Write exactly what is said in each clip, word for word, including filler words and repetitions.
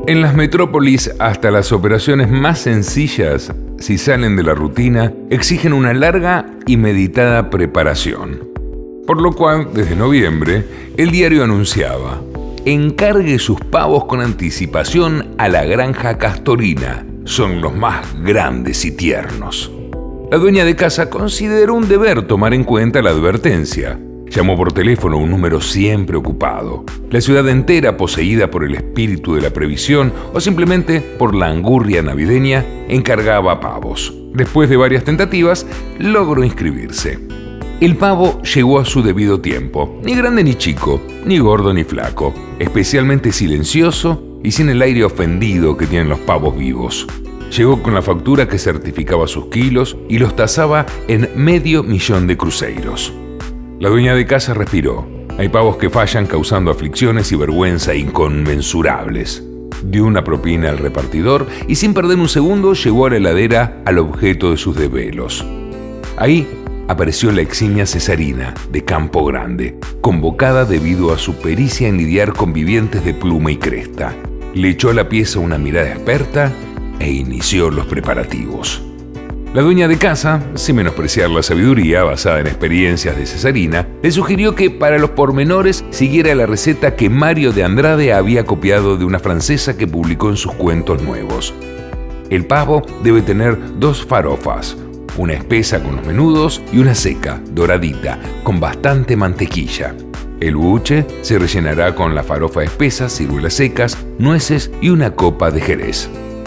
En las metrópolis, hasta las operaciones más sencillas, si salen de la rutina, exigen una larga y meditada preparación. Por lo cual, desde noviembre, el diario anunciaba: encargue sus pavos con anticipación a la granja Castorina. Son los más grandes y tiernos. La dueña de casa consideró un deber tomar en cuenta la advertencia. Llamó por teléfono a un número siempre ocupado. La ciudad entera, poseída por el espíritu de la previsión o simplemente por la angurria navideña, encargaba pavos. Después de varias tentativas, logró inscribirse. El pavo llegó a su debido tiempo, ni grande ni chico, ni gordo ni flaco, especialmente silencioso y sin el aire ofendido que tienen los pavos vivos. Llegó con la factura que certificaba sus kilos y los tasaba en medio millón de cruzeiros. La dueña de casa respiró. Hay pavos que fallan causando aflicciones y vergüenza inconmensurables. Dio una propina al repartidor y sin perder un segundo llevó a la heladera al objeto de sus desvelos. Ahí apareció la eximia Cesarina, de Campo Grande, convocada debido a su pericia en lidiar con vivientes de pluma y cresta. Le echó a la pieza una mirada experta e inició los preparativos. La dueña de casa, sin menospreciar la sabiduría basada en experiencias de Cesarina, le sugirió que para los pormenores siguiera la receta que Mario de Andrade había copiado de una francesa que publicó en sus cuentos nuevos. El pavo debe tener dos farofas, una espesa con los menudos y una seca, doradita, con bastante mantequilla. El buche se rellenará con la farofa espesa, ciruelas secas, nueces y una copa de jerez.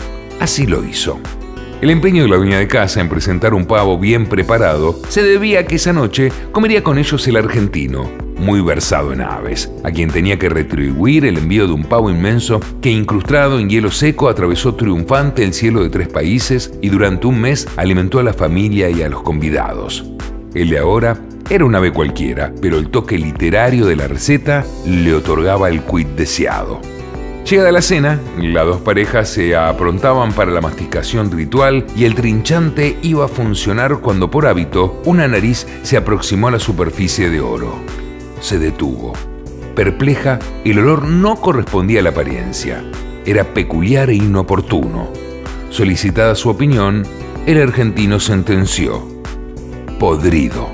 Así lo hizo. El empeño de la dueña de casa en presentar un pavo bien preparado se debía a que esa noche comería con ellos el argentino, muy versado en aves, a quien tenía que retribuir el envío de un pavo inmenso que, incrustado en hielo seco, atravesó triunfante el cielo de tres países y durante un mes alimentó a la familia y a los convidados. El de ahora era un ave cualquiera, pero el toque literario de la receta le otorgaba el quid deseado. Llegada la cena, las dos parejas se aprontaban para la masticación ritual y el trinchante iba a funcionar cuando por hábito una nariz se aproximó a la superficie de oro. Se detuvo. Perpleja, el olor no correspondía a la apariencia. Era peculiar e inoportuno. Solicitada su opinión, el argentino sentenció: podrido.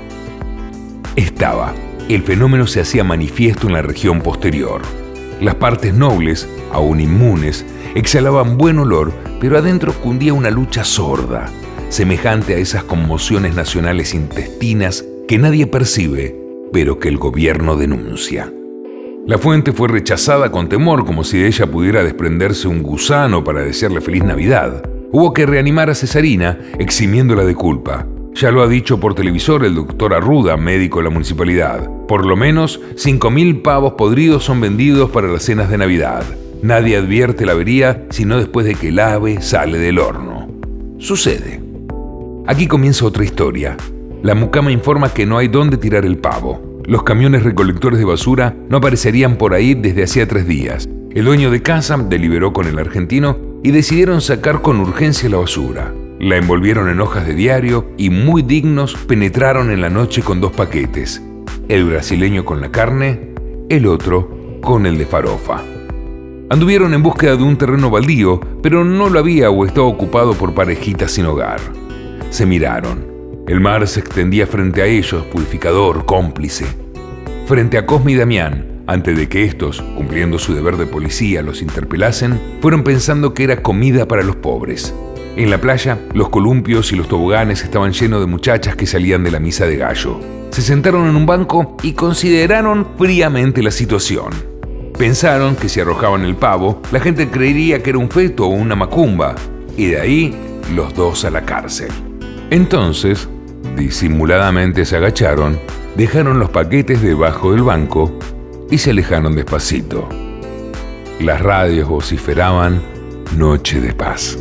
Estaba. El fenómeno se hacía manifiesto en la región posterior. Las partes nobles, aún inmunes, exhalaban buen olor, pero adentro cundía una lucha sorda, semejante a esas conmociones nacionales intestinas que nadie percibe, pero que el gobierno denuncia. La fuente fue rechazada con temor, como si de ella pudiera desprenderse un gusano para desearle feliz Navidad. Hubo que reanimar a Cesarina, eximiéndola de culpa. Ya lo ha dicho por televisor el doctor Arruda, médico de la municipalidad. Por lo menos cinco mil pavos podridos son vendidos para las cenas de Navidad. Nadie advierte la avería sino después de que el ave sale del horno. Sucede. Aquí comienza otra historia. La mucama informa que no hay dónde tirar el pavo. Los camiones recolectores de basura no aparecerían por ahí desde hacía tres días. El dueño de casa deliberó con el argentino y decidieron sacar con urgencia la basura. La envolvieron en hojas de diario y, muy dignos, penetraron en la noche con dos paquetes. El brasileño con la carne, el otro con el de farofa. Anduvieron en búsqueda de un terreno baldío, pero no lo había o estaba ocupado por parejitas sin hogar. Se miraron. El mar se extendía frente a ellos, purificador, cómplice. Frente a Cosme y Damián, antes de que estos, cumpliendo su deber de policía, los interpelasen, fueron pensando que era comida para los pobres. En la playa, los columpios y los toboganes estaban llenos de muchachas que salían de la misa de gallo. Se sentaron en un banco y consideraron fríamente la situación. Pensaron que si arrojaban el pavo, la gente creería que era un feto o una macumba, y de ahí los dos a la cárcel. Entonces, disimuladamente se agacharon, dejaron los paquetes debajo del banco y se alejaron despacito. Las radios vociferaban Noche de Paz.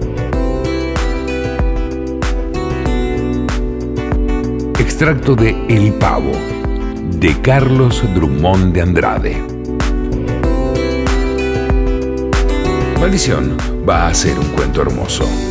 Extracto de El Pavo, de Carlos Drummond de Andrade. Maldición va a ser un cuento hermoso.